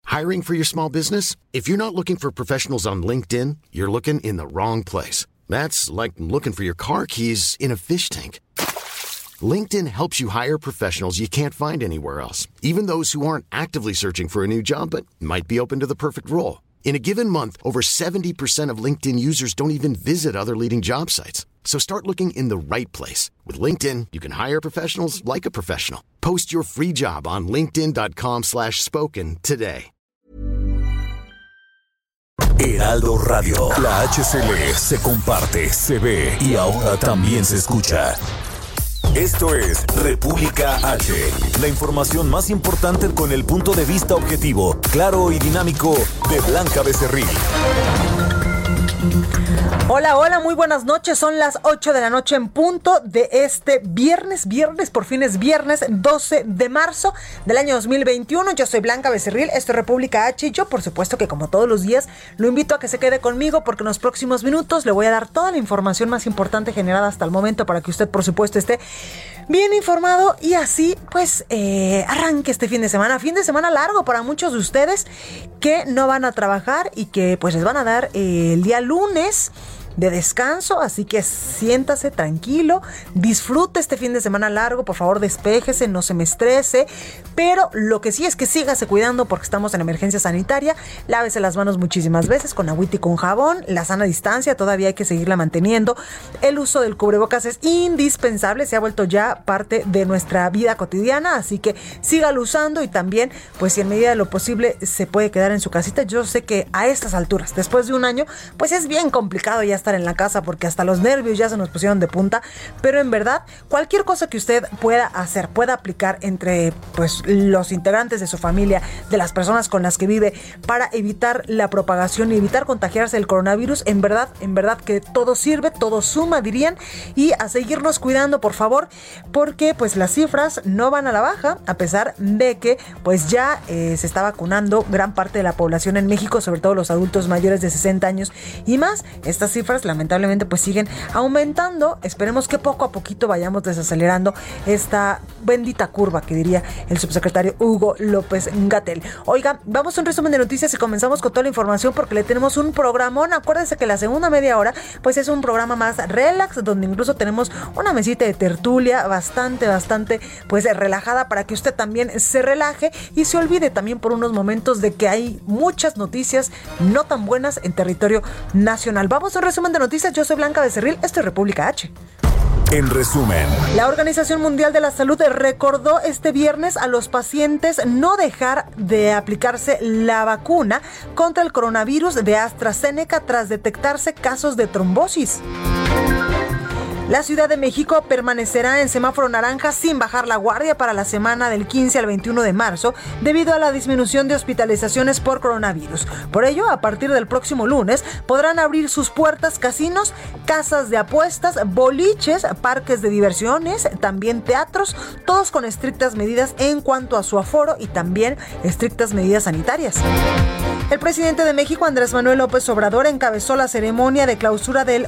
Hiring for your small business? If you're not looking for professionals on LinkedIn, you're looking in the wrong place. That's like looking for your car keys in a fish tank. LinkedIn helps you hire professionals you can't find anywhere else, even those who aren't actively searching for a new job but might be open to the perfect role. In a given month, over 70% of LinkedIn users don't even visit other leading job sites. So start looking in the right place. With LinkedIn, you can hire professionals like a professional. Post your free job on linkedin.com/spoken today. Heraldo Radio. La HCL se comparte, se ve y ahora también se escucha. Esto es República H, la información más importante con el punto de vista objetivo, claro y dinámico de Blanca Becerril. Hola, hola, muy buenas noches. Son las 8 de la noche en punto de este viernes, por fin es viernes 12 de marzo del año 2021. Yo soy Blanca Becerril, esto es República H y yo, por supuesto que como todos los días, lo invito a que se quede conmigo porque en los próximos minutos le voy a dar toda la información más importante generada hasta el momento para que usted, por supuesto, esté bien informado y así, pues, arranque este fin de semana largo para muchos de ustedes que no van a trabajar y que, pues, les van a dar el día lunes de descanso, así que siéntase tranquilo, disfrute este fin de semana largo, por favor despéjese, no se me estrese, pero lo que sí es que sígase cuidando porque estamos en emergencia sanitaria, lávese las manos muchísimas veces con agüita y con jabón, la sana distancia todavía hay que seguirla manteniendo, el uso del cubrebocas es indispensable, se ha vuelto ya parte de nuestra vida cotidiana, así que sígalo usando y también, pues si en medida de lo posible se puede quedar en su casita. Yo sé que a estas alturas, después de un año, pues es bien complicado ya estar en la casa porque hasta los nervios ya se nos pusieron de punta, pero en verdad cualquier cosa que usted pueda hacer, pueda aplicar entre pues los integrantes de su familia, de las personas con las que vive para evitar la propagación y evitar contagiarse del coronavirus, en verdad que todo sirve, todo suma dirían, y a seguirnos cuidando por favor, porque pues las cifras no van a la baja a pesar de que pues ya se está vacunando gran parte de la población en México, sobre todo los adultos mayores de 60 años y más. Estas cifras lamentablemente pues siguen aumentando. Esperemos que poco a poquito vayamos desacelerando esta bendita curva que diría el subsecretario Hugo López-Gatell. Oiga, vamos a un resumen de noticias y comenzamos con toda la información porque le tenemos un programón. Acuérdense que la segunda media hora pues es un programa más relax donde incluso tenemos una mesita de tertulia bastante pues relajada para que usted también se relaje y se olvide también por unos momentos de que hay muchas noticias no tan buenas en territorio nacional. Vamos a un resumen de noticias. Yo soy Blanca Becerril, esto es República H. En resumen, la Organización Mundial de la Salud recordó este viernes a los pacientes no dejar de aplicarse la vacuna contra el coronavirus de AstraZeneca tras detectarse casos de trombosis. La Ciudad de México permanecerá en semáforo naranja sin bajar la guardia para la semana del 15 al 21 de marzo debido a la disminución de hospitalizaciones por coronavirus. Por ello, a partir del próximo lunes podrán abrir sus puertas casinos, casas de apuestas, boliches, parques de diversiones, también teatros, todos con estrictas medidas en cuanto a su aforo y también estrictas medidas sanitarias. El presidente de México, Andrés Manuel López Obrador, encabezó la ceremonia de clausura de la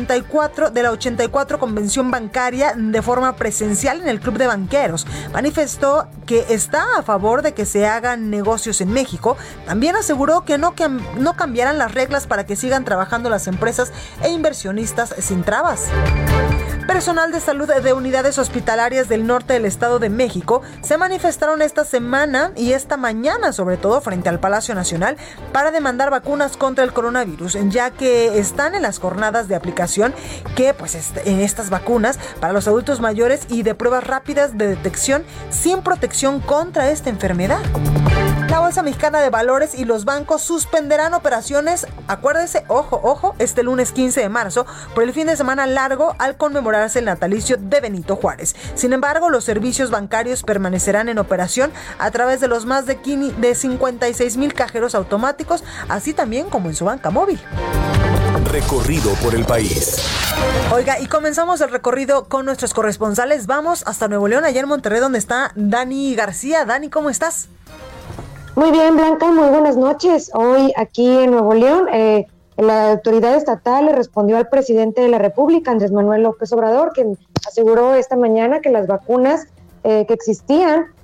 84 Convención Bancaria de forma presencial en el Club de Banqueros. Manifestó que está a favor de que se hagan negocios en México. También aseguró que no cambiarán las reglas para que sigan trabajando las empresas e inversionistas sin trabas. Personal de salud de unidades hospitalarias del norte del Estado de México se manifestaron esta semana y esta mañana, sobre todo frente al Palacio Nacional, para demandar vacunas contra el coronavirus, ya que están en las jornadas de aplicación que pues en estas vacunas para los adultos mayores y de pruebas rápidas de detección sin protección contra esta enfermedad. La Bolsa Mexicana de Valores y los bancos suspenderán operaciones, acuérdese, ojo, este lunes 15 de marzo, por el fin de semana largo al conmemorarse el natalicio de Benito Juárez. Sin embargo, los servicios bancarios permanecerán en operación a través de los más de 56,000 cajeros automáticos, así también como en su banca móvil. Recorrido por el país. Oiga, y comenzamos el recorrido con nuestros corresponsales. Vamos hasta Nuevo León, allá en Monterrey, donde está Dani García. Dani, ¿cómo estás? Muy bien, Blanca, muy buenas noches. Hoy aquí en Nuevo León, la autoridad estatal le respondió al presidente de la República, Andrés Manuel López Obrador, quien aseguró esta mañana que las vacunas que existían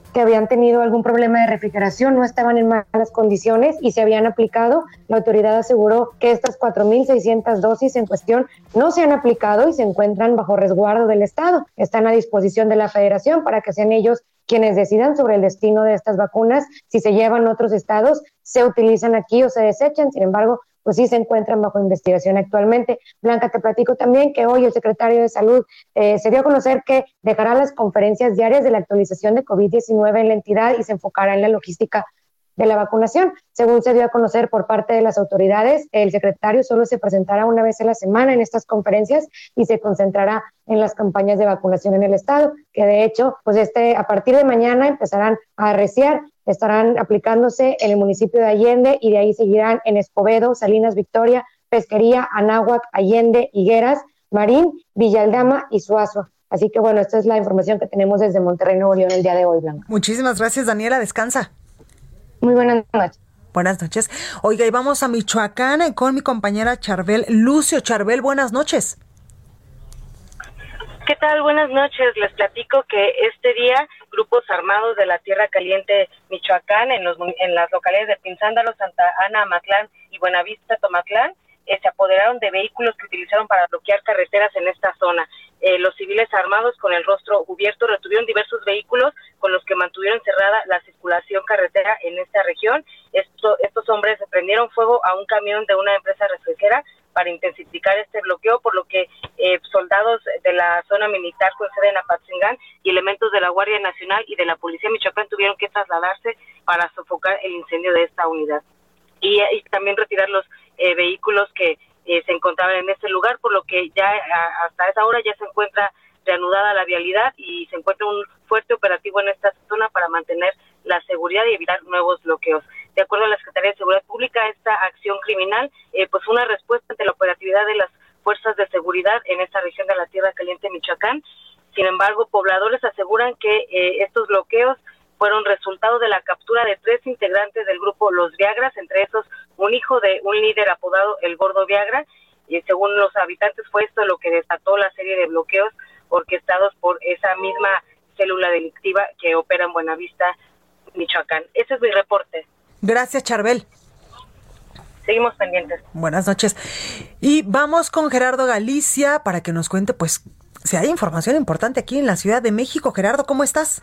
que habían tenido algún problema de refrigeración, no estaban en malas condiciones y se habían aplicado. La autoridad aseguró que estas 4.600 dosis en cuestión no se han aplicado y se encuentran bajo resguardo del Estado. Están a disposición de la Federación para que sean ellos quienes decidan sobre el destino de estas vacunas, si se llevan a otros estados, se utilizan aquí o se desechan. Sin embargo, pues sí se encuentran bajo investigación actualmente. Blanca, te platico también que hoy el secretario de Salud se dio a conocer que dejará las conferencias diarias de la actualización de COVID-19 en la entidad y se enfocará en la logística de la vacunación. Según se dio a conocer por parte de las autoridades, el secretario solo se presentará una vez a la semana en estas conferencias y se concentrará en las campañas de vacunación en el estado, que de hecho, pues a partir de mañana empezarán a arreciar, estarán aplicándose en el municipio de Allende y de ahí seguirán en Escobedo, Salinas Victoria, Pesquería, Anáhuac, Allende, Higueras, Marín, Villa Aldama y Suazua. Así que bueno, esta es la información que tenemos desde Monterrey, Nuevo León el día de hoy, Blanca. Muchísimas gracias, Daniela, descansa. Muy buenas noches. Buenas noches. Oiga, y vamos a Michoacán con mi compañera Charbel Lucio. Charbel, buenas noches. ¿Qué tal? Buenas noches. Les platico que este día grupos armados de la Tierra Caliente, Michoacán, en las localidades de Pinzándalo, Santa Ana, Amatlán y Buenavista, Tomatlán, se apoderaron de vehículos que utilizaron para bloquear carreteras en esta zona. Los civiles armados con el rostro cubierto retuvieron diversos vehículos con los que mantuvieron cerrada la circulación carretera en esta región. Estos hombres prendieron fuego a un camión de una empresa refresquera para intensificar este bloqueo, por lo que soldados de la zona militar con sede en Apatzingán y elementos de la Guardia Nacional y de la Policía Michoacán tuvieron que trasladarse para sofocar el incendio de esta unidad y también retirar los vehículos que se encontraban en este lugar, por lo que ya hasta esa hora ya se encuentra reanudada la vialidad y se encuentra un fuerte operativo en esta zona para mantener la seguridad y evitar nuevos bloqueos. De acuerdo a la Secretaría de Seguridad Pública, esta acción criminal pues fue una respuesta ante la operatividad de las fuerzas de seguridad en esta región de la Tierra Caliente, Michoacán. Sin embargo, pobladores aseguran que estos bloqueos fueron resultado de la captura de 3 integrantes del grupo Los Viagras, entre esos un hijo de un líder apodado El Gordo Viagra, y según los habitantes fue esto lo que desató la serie de bloqueos orquestados por esa misma célula delictiva que opera en Buenavista, Michoacán. Ese es mi reporte. Gracias, Charbel. Seguimos pendientes. Buenas noches. Y vamos con Gerardo Galicia para que nos cuente, pues, si hay información importante aquí en la Ciudad de México. Gerardo, ¿cómo estás?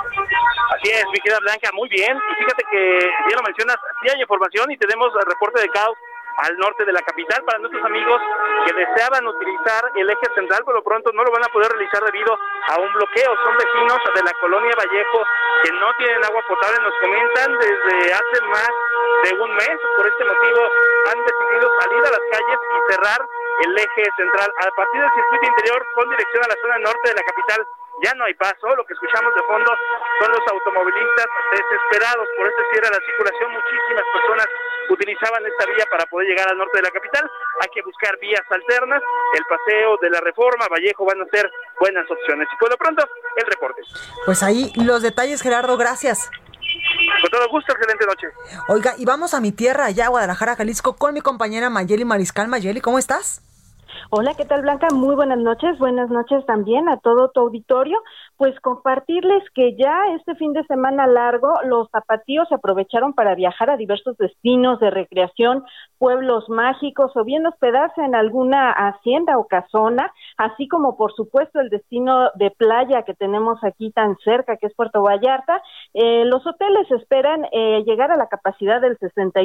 Así es, mi querida Blanca, muy bien. Y fíjate que ya lo mencionas, sí hay información y tenemos el reporte de caos al norte de la capital para nuestros amigos que deseaban utilizar el eje central, por lo pronto no lo van a poder realizar debido a un bloqueo. Son vecinos de la colonia Vallejo que no tienen agua potable, nos comentan desde hace más de un mes. Por este motivo han decidido salir a las calles y cerrar el eje central. A partir del circuito interior con dirección a la zona norte de la capital ya no hay paso. Lo que escuchamos de fondo son los automovilistas desesperados por este cierre a la circulación. Muchísimas personas utilizaban esta vía para poder llegar al norte de la capital. Hay que buscar vías alternas. El paseo de la Reforma, Vallejo van a ser buenas opciones. Y por lo pronto, el reporte. Pues ahí los detalles, Gerardo, gracias. Con todo gusto, excelente noche. Oiga, y vamos a mi tierra, allá a Guadalajara, Jalisco, con mi compañera Mayeli Mariscal. Mayeli, ¿cómo estás? Hola, ¿qué tal, Blanca? Muy buenas noches también a todo tu auditorio. Pues compartirles que ya este fin de semana largo los tapatíos se aprovecharon para viajar a diversos destinos de recreación, pueblos mágicos o bien hospedarse en alguna hacienda o casona, así como por supuesto el destino de playa que tenemos aquí tan cerca, que es Puerto Vallarta. Los hoteles esperan llegar a la capacidad del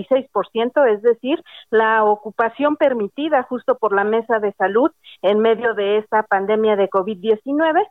66%, es decir, la ocupación permitida justo por la Mesa de Salud en medio de esta pandemia de COVID-19.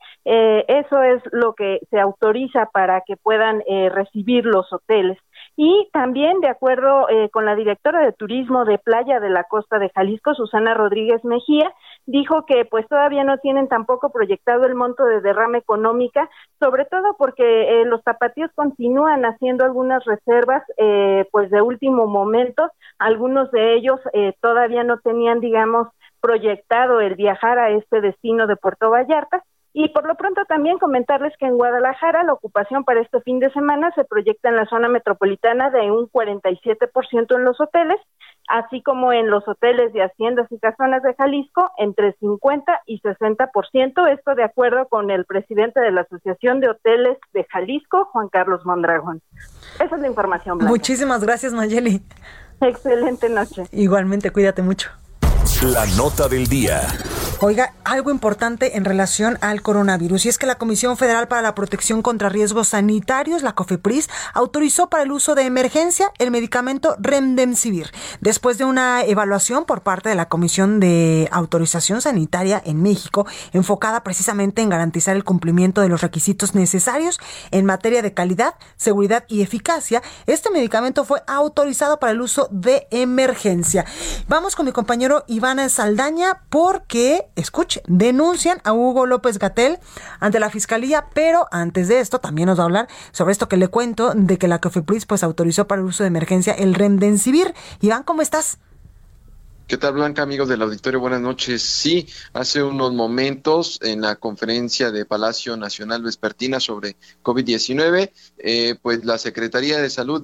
Eso es lo que se autoriza para que puedan recibir los hoteles. Y también, de acuerdo con la directora de Turismo de Playa de la Costa de Jalisco, Susana Rodríguez Mejía, dijo que pues todavía no tienen tampoco proyectado el monto de derrama económica, sobre todo porque los tapatíos continúan haciendo algunas reservas pues de último momento. Algunos de ellos todavía no tenían, digamos, proyectado el viajar a este destino de Puerto Vallarta. Y por lo pronto también comentarles que en Guadalajara la ocupación para este fin de semana se proyecta en la zona metropolitana de un 47% en los hoteles así como en los hoteles de haciendas y casonas de Jalisco, entre 50 y 60%, esto de acuerdo con el presidente de la Asociación de Hoteles de Jalisco, Juan Carlos Mondragón. Esa es la información, Blanca. Muchísimas gracias, Mayeli. Excelente noche. Igualmente, cuídate mucho. La nota del día. Oiga, algo importante en relación al coronavirus, y es que la Comisión Federal para la Protección contra Riesgos Sanitarios, la COFEPRIS, autorizó para el uso de emergencia el medicamento Remdesivir, después de una evaluación por parte de la Comisión de Autorización Sanitaria en México, enfocada precisamente en garantizar el cumplimiento de los requisitos necesarios en materia de calidad, seguridad y eficacia. Este medicamento fue autorizado para el uso de emergencia. Vamos con mi compañero Iván Saldaña porque, escuche, denuncian a Hugo López-Gatell ante la Fiscalía, pero antes de esto también nos va a hablar sobre esto que le cuento de que la COFEPRIS pues autorizó para el uso de emergencia el Remdesivir. Iván, ¿cómo estás? ¿Qué tal, Blanca, amigos del auditorio? Buenas noches. Sí, hace unos momentos en la conferencia de Palacio Nacional vespertina sobre COVID-19, pues la Secretaría de Salud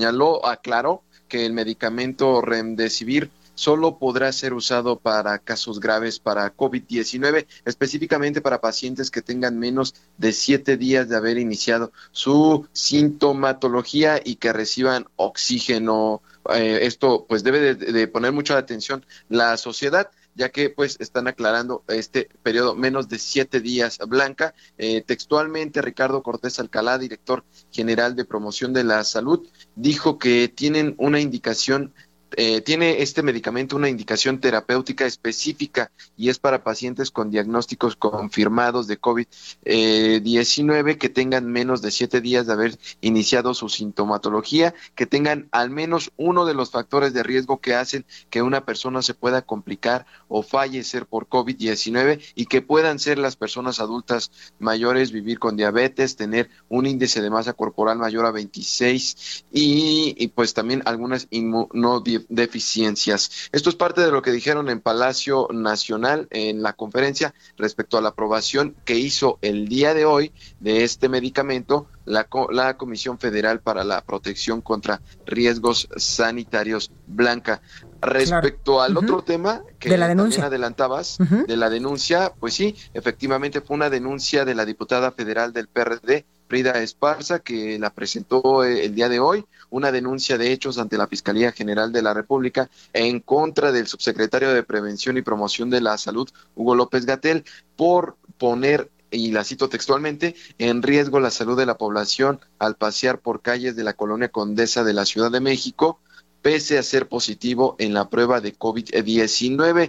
aclaró que el medicamento Remdesivir solo podrá ser usado para casos graves para COVID-19, específicamente para pacientes que tengan menos de 7 días de haber iniciado su sintomatología y que reciban oxígeno. Esto pues debe de poner mucha atención la sociedad, ya que pues están aclarando este periodo menos de 7 días, Blanca. Textualmente, Ricardo Cortés Alcalá, director general de promoción de la salud, dijo que tienen una indicación tiene este medicamento una indicación terapéutica específica y es para pacientes con diagnósticos confirmados de COVID-19 que tengan menos de 7 días de haber iniciado su sintomatología, que tengan al menos uno de los factores de riesgo que hacen que una persona se pueda complicar o fallecer por COVID-19 y que puedan ser las personas adultas mayores, vivir con diabetes, tener un índice de masa corporal mayor a 26 y pues también algunas inmunodeficiencias. Esto es parte de lo que dijeron en Palacio Nacional en la conferencia respecto a la aprobación que hizo el día de hoy de este medicamento la Comisión Federal para la Protección contra Riesgos Sanitarios, Blanca. Respecto al otro tema que de la también denuncia adelantabas, de la denuncia, pues sí, efectivamente fue una denuncia de la diputada federal del PRD, Frida Esparza, que la presentó el día de hoy, una denuncia de hechos ante la Fiscalía General de la República en contra del subsecretario de Prevención y Promoción de la Salud, Hugo López-Gatell, por poner, y la cito textualmente, en riesgo la salud de la población al pasear por calles de la colonia Condesa de la Ciudad de México, pese a ser positivo en la prueba de COVID-19.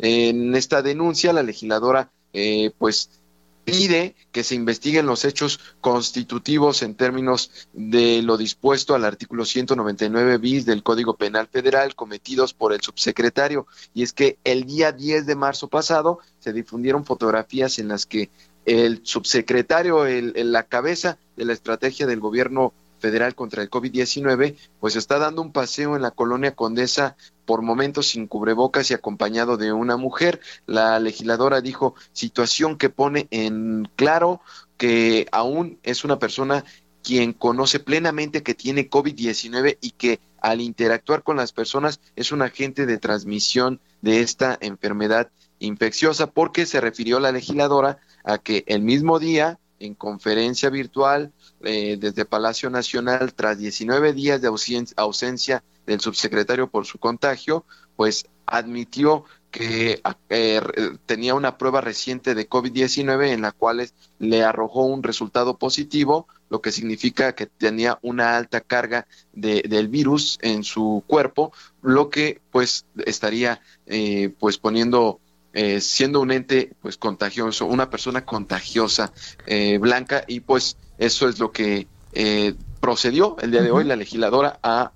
En esta denuncia, la legisladora pues pide que se investiguen los hechos constitutivos en términos de lo dispuesto al artículo 199 bis del Código Penal Federal cometidos por el subsecretario. Y es que el día 10 de marzo pasado se difundieron fotografías en las que el subsecretario, la cabeza de la estrategia del gobierno federal contra el COVID-19, pues está dando un paseo en la colonia Condesa, por momentos sin cubrebocas y acompañado de una mujer. La legisladora dijo, situación que pone en claro que aún es una persona quien conoce plenamente que tiene COVID-19 y que al interactuar con las personas es un agente de transmisión de esta enfermedad infecciosa, porque se refirió la legisladora a que el mismo día, en conferencia virtual desde Palacio Nacional, tras 19 días de ausencia del subsecretario por su contagio, pues admitió que tenía una prueba reciente de COVID-19 en la cual le arrojó un resultado positivo, lo que significa que tenía una alta carga del virus en su cuerpo, lo que pues estaría pues poniendo siendo un ente pues contagioso, una persona contagiosa, Blanca, y pues eso es lo que procedió el día de hoy la legisladora a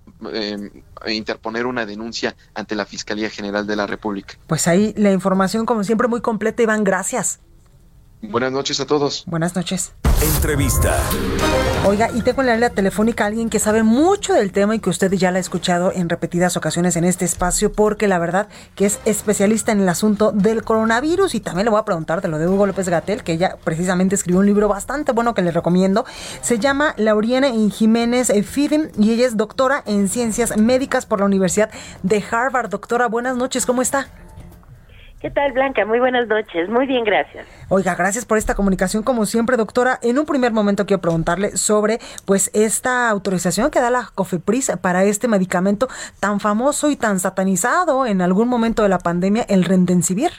interponer una denuncia ante la Fiscalía General de la República. Pues ahí la información, como siempre, muy completa, Iván, gracias. Buenas noches a todos. Buenas noches. Entrevista. Oiga, y tengo en la línea telefónica a alguien que sabe mucho del tema y que usted ya la ha escuchado en repetidas ocasiones en este espacio, porque la verdad que es especialista en el asunto del coronavirus. Y también le voy a preguntar de lo de Hugo López-Gatell, que ella precisamente escribió un libro bastante bueno que le recomiendo. Se llama Lauriana Jiménez Fidem y ella es doctora en Ciencias Médicas por la Universidad de Harvard. Doctora, buenas noches, ¿cómo está? ¿Qué tal, Blanca? Muy buenas noches. Muy bien, gracias. Oiga, gracias por esta comunicación como siempre, doctora. En un primer momento quiero preguntarle sobre pues esta autorización que da la COFEPRIS para este medicamento tan famoso y tan satanizado en algún momento de la pandemia, el Remdesivir.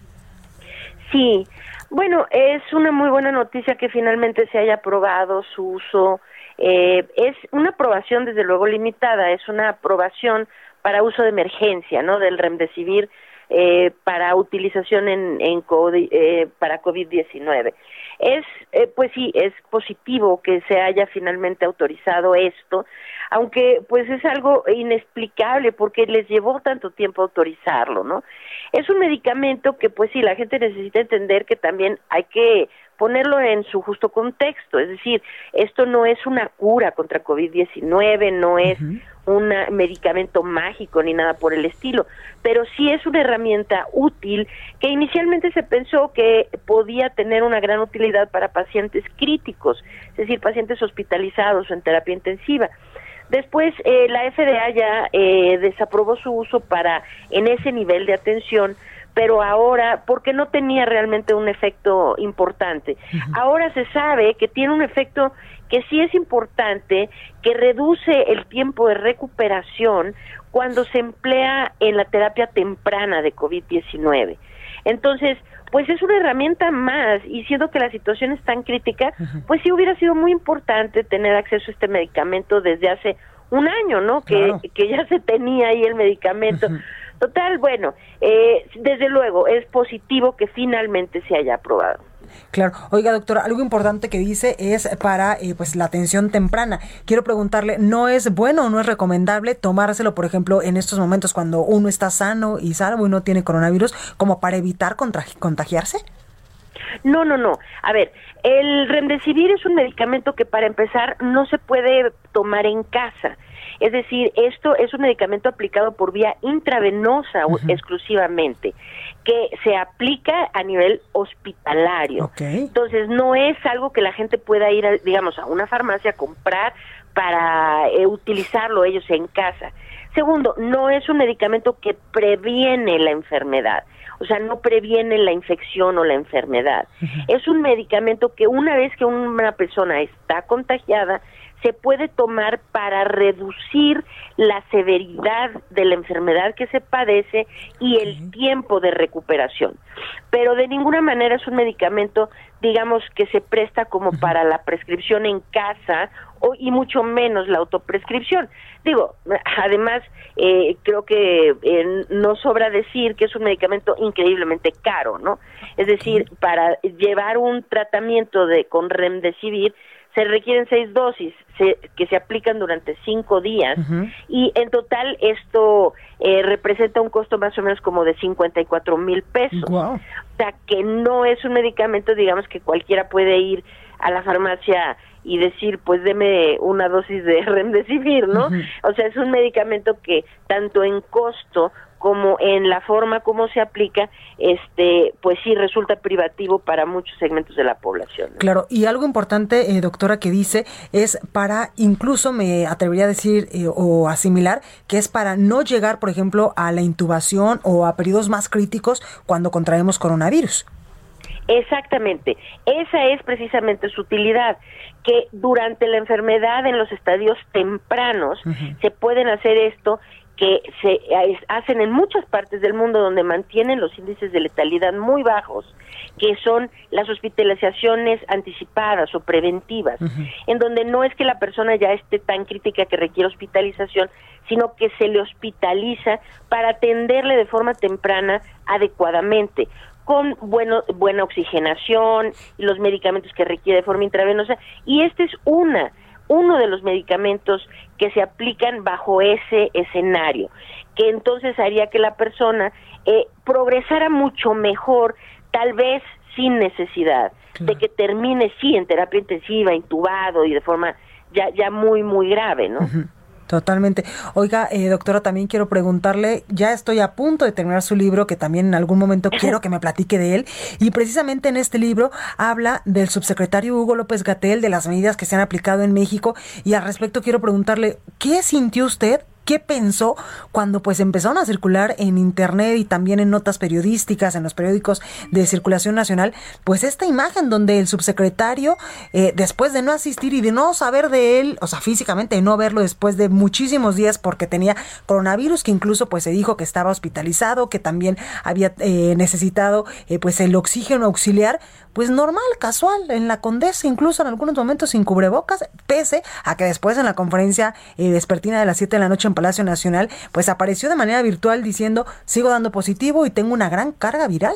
Sí, bueno, es una muy buena noticia que finalmente se haya aprobado su uso. Es una aprobación desde luego limitada, es una aprobación para uso de emergencia, ¿no? Del Remdesivir para utilización para COVID-19. Pues sí, es positivo que se haya finalmente autorizado esto, aunque pues es algo inexplicable porque les llevó tanto tiempo autorizarlo, ¿no? Es un medicamento que pues sí, la gente necesita entender que también hay que ponerlo en su justo contexto, es decir, esto no es una cura contra COVID-19, no es un medicamento mágico ni nada por el estilo, pero sí es una herramienta útil que inicialmente se pensó que podía tener una gran utilidad para pacientes críticos, es decir, pacientes hospitalizados o en terapia intensiva. Después la FDA ya desaprobó su uso en ese nivel de atención, pero ahora, porque no tenía realmente un efecto importante. Ahora se sabe que tiene un efecto que sí es importante, que reduce el tiempo de recuperación cuando se emplea en la terapia temprana de COVID-19. Entonces, pues es una herramienta más, y siendo que la situación es tan crítica, pues sí hubiera sido muy importante tener acceso a este medicamento desde hace un año, ¿no? Claro. Que ya se tenía ahí el medicamento. Total, bueno, desde luego es positivo que finalmente se haya aprobado. Claro. Oiga, doctora, algo importante que dice es para pues la atención temprana. Quiero preguntarle, ¿no es bueno o no es recomendable tomárselo, por ejemplo, en estos momentos cuando uno está sano y salvo y no tiene coronavirus, como para evitar contagiarse? No. A ver, el Remdesivir es un medicamento que para empezar no se puede tomar en casa. Es decir, esto es un medicamento aplicado por vía intravenosa exclusivamente, que se aplica a nivel hospitalario. Okay. Entonces, no es algo que la gente pueda ir, a una farmacia a comprar para utilizarlo ellos en casa. Segundo, no es un medicamento que previene la enfermedad. O sea, no previene la infección o la enfermedad. Es un medicamento que una vez que una persona está contagiada, se puede tomar para reducir la severidad de la enfermedad que se padece y el tiempo de recuperación. Pero de ninguna manera es un medicamento, digamos, que se presta como para la prescripción en casa y mucho menos la autoprescripción. Digo, además, creo que no sobra decir que es un medicamento increíblemente caro, ¿no? Es decir, para llevar un tratamiento con Remdesivir, se requieren 6 dosis que se aplican durante 5 días y en total esto representa un costo más o menos como de 54,000 pesos. Wow. O sea, que no es un medicamento, digamos, que cualquiera puede ir a la farmacia y decir, pues deme una dosis de Remdesivir, ¿no? O sea, es un medicamento que tanto en costo como en la forma como se aplica, pues sí resulta privativo para muchos segmentos de la población, ¿no? Claro, y algo importante, doctora, que dice es para, incluso me atrevería a decir o asimilar, que es para no llegar, por ejemplo, a la intubación o a periodos más críticos cuando contraemos coronavirus. Exactamente, esa es precisamente su utilidad, que durante la enfermedad en los estadios tempranos se pueden hacer esto, que se hacen en muchas partes del mundo donde mantienen los índices de letalidad muy bajos, que son las hospitalizaciones anticipadas o preventivas, en donde no es que la persona ya esté tan crítica que requiere hospitalización, sino que se le hospitaliza para atenderle de forma temprana adecuadamente, con buena oxigenación y los medicamentos que requiere de forma intravenosa, y este es uno de los medicamentos que se aplican bajo ese escenario, que entonces haría que la persona progresara mucho mejor, tal vez sin necesidad de que termine, sí, en terapia intensiva, intubado y de forma ya muy, muy grave, ¿no? Uh-huh. Totalmente. Oiga, doctora, también quiero preguntarle, ya estoy a punto de terminar su libro, que también en algún momento quiero que me platique de él, y precisamente en este libro habla del subsecretario Hugo López-Gatell, de las medidas que se han aplicado en México, y al respecto quiero preguntarle, ¿qué sintió usted? ¿Qué pensó cuando pues empezaron a circular en internet y también en notas periodísticas, en los periódicos de circulación nacional, pues esta imagen donde el subsecretario, después de no asistir y de no saber de él, o sea, físicamente de no verlo después de muchísimos días porque tenía coronavirus, que incluso pues se dijo que estaba hospitalizado, que también había necesitado pues el oxígeno auxiliar, pues normal, casual, en la Condesa, incluso en algunos momentos sin cubrebocas, pese a que después en la conferencia vespertina de las 7 de la noche en Palacio Nacional, pues apareció de manera virtual diciendo, sigo dando positivo y tengo una gran carga viral.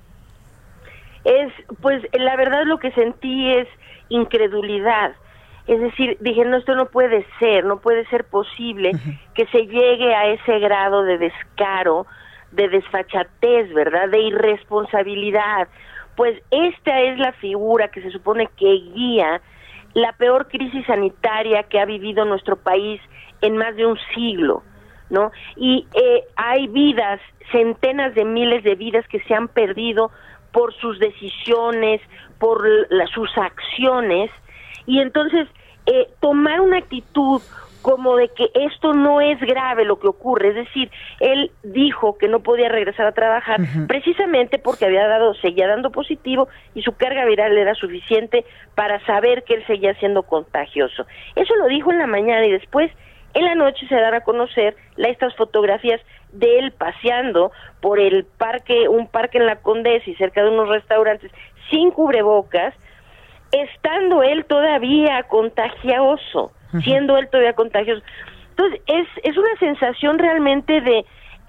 Pues la verdad lo que sentí es incredulidad. Es decir, dije, no, esto no puede ser posible que se llegue a ese grado de descaro, de desfachatez, ¿verdad?, de irresponsabilidad. Pues esta es la figura que se supone que guía la peor crisis sanitaria que ha vivido nuestro país en más de un siglo, ¿no? Y hay vidas, centenas de miles de vidas que se han perdido por sus decisiones, por sus acciones, y entonces tomar una actitud como de que esto no es grave lo que ocurre, es decir, él dijo que no podía regresar a trabajar precisamente porque seguía dando positivo y su carga viral era suficiente para saber que él seguía siendo contagioso. Eso lo dijo en la mañana y después en la noche se dan a conocer estas fotografías de él paseando por el parque, un parque en la Condesa y cerca de unos restaurantes sin cubrebocas, estando él todavía contagioso, siendo él todavía contagioso. Entonces, es una sensación realmente de,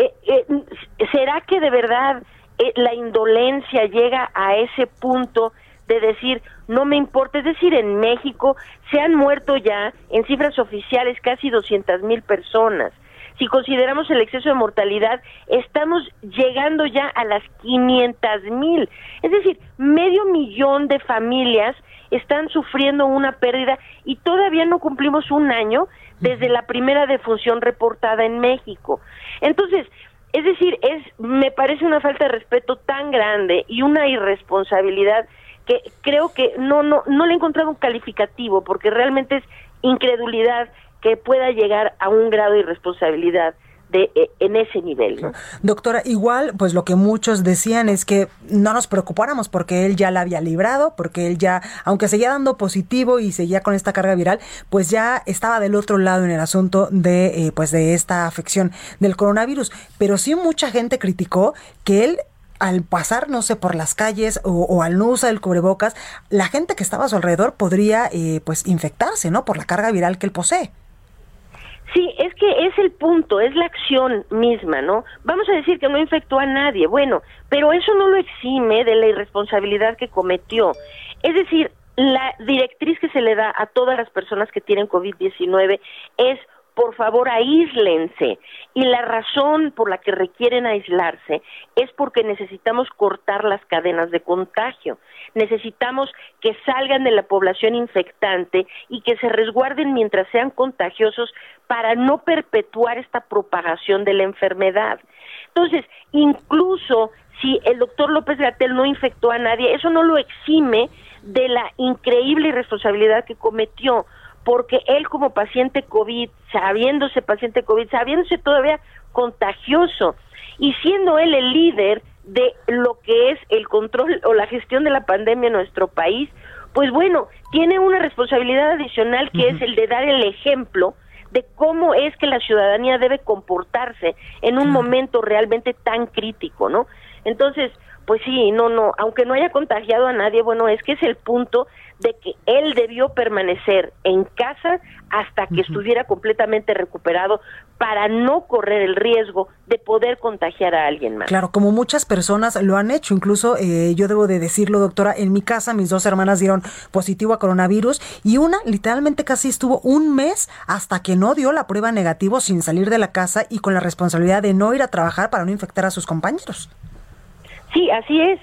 ¿será que de verdad la indolencia llega a ese punto de decir, no me importa? Es decir, en México se han muerto ya, en cifras oficiales, casi 200,000 personas. Si consideramos el exceso de mortalidad, estamos llegando ya a las 500,000. Es decir, 500,000 de familias están sufriendo una pérdida y todavía no cumplimos un año desde la primera defunción reportada en México. Entonces, es decir, me parece una falta de respeto tan grande y una irresponsabilidad que creo que no le he encontrado un calificativo, porque realmente es incredulidad que pueda llegar a un grado de irresponsabilidad en ese nivel, ¿no? Doctora, igual, pues lo que muchos decían es que no nos preocupáramos porque él ya la había librado, porque él ya, aunque seguía dando positivo y seguía con esta carga viral, pues ya estaba del otro lado en el asunto de esta afección del coronavirus. Pero sí mucha gente criticó que él, al pasar, no sé, por las calles o al no usar el cubrebocas, la gente que estaba a su alrededor podría infectarse, ¿no?, por la carga viral que él posee. Sí, es que es el punto, es la acción misma, ¿no? Vamos a decir que no infectó a nadie, bueno, pero eso no lo exime de la irresponsabilidad que cometió. Es decir, la directriz que se le da a todas las personas que tienen COVID-19 es, por favor, aíslense. Y la razón por la que requieren aislarse es porque necesitamos cortar las cadenas de contagio. Necesitamos que salgan de la población infectante y que se resguarden mientras sean contagiosos para no perpetuar esta propagación de la enfermedad. Entonces, incluso si el doctor López-Gatell no infectó a nadie, eso no lo exime de la increíble irresponsabilidad que cometió, porque él como paciente COVID, sabiéndose todavía contagioso y siendo él el líder de lo que es el control o la gestión de la pandemia en nuestro país, pues bueno, tiene una responsabilidad adicional que es el de dar el ejemplo de cómo es que la ciudadanía debe comportarse en un momento realmente tan crítico, ¿no? Entonces, pues sí, aunque no haya contagiado a nadie, bueno, es que es el punto de que él debió permanecer en casa hasta que estuviera completamente recuperado para no correr el riesgo de poder contagiar a alguien más. Claro, como muchas personas lo han hecho, incluso yo debo de decirlo, doctora, en mi casa mis 2 hermanas dieron positivo a coronavirus y una literalmente casi estuvo un mes hasta que no dio la prueba negativo sin salir de la casa y con la responsabilidad de no ir a trabajar para no infectar a sus compañeros. Sí, así es,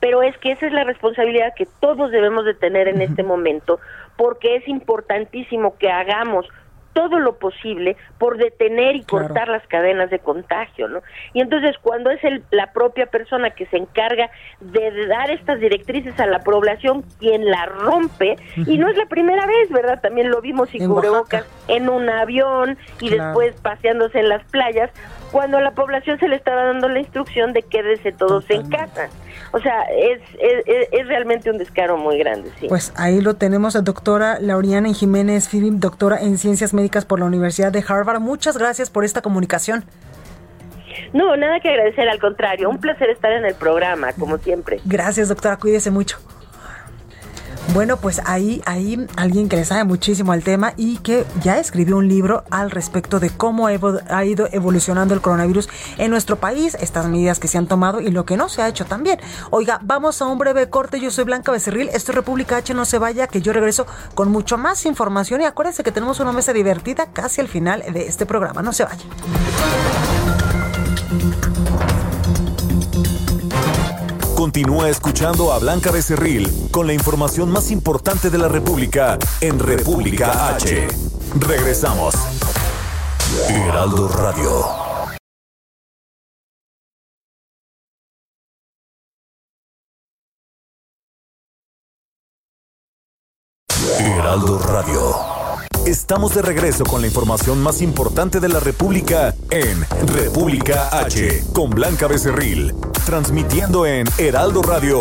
pero es que esa es la responsabilidad que todos debemos de tener en este momento, porque es importantísimo que hagamos todo lo posible por detener y cortar las cadenas de contagio, ¿no? Y entonces cuando es la propia persona que se encarga de dar estas directrices a la población quien la rompe, y no es la primera vez, ¿verdad? También lo vimos sin cubrebocas en un avión y después paseándose en las playas, cuando a la población se le estaba dando la instrucción de quédese todos en casa. O sea, es realmente un descaro muy grande, sí. Pues ahí lo tenemos, doctora Lauriana Jiménez Fibim, doctora en Ciencias Médicas por la Universidad de Harvard. Muchas gracias por esta comunicación. No, nada que agradecer, al contrario, un placer estar en el programa, como siempre. Gracias, doctora, cuídese mucho. Bueno, pues ahí alguien que le sabe muchísimo al tema y que ya escribió un libro al respecto de cómo ha ido evolucionando el coronavirus en nuestro país, estas medidas que se han tomado y lo que no se ha hecho también. Oiga, vamos a un breve corte. Yo soy Blanca Becerril, esto es República H, no se vaya, que yo regreso con mucho más información y acuérdense que tenemos una mesa divertida casi al final de este programa. No se vaya. Continúa escuchando a Blanca Becerril con la información más importante de la República en República H. Regresamos. Heraldo Radio. Heraldo Radio. Estamos de regreso con la información más importante de la República en República H, con Blanca Becerril, transmitiendo en Heraldo Radio.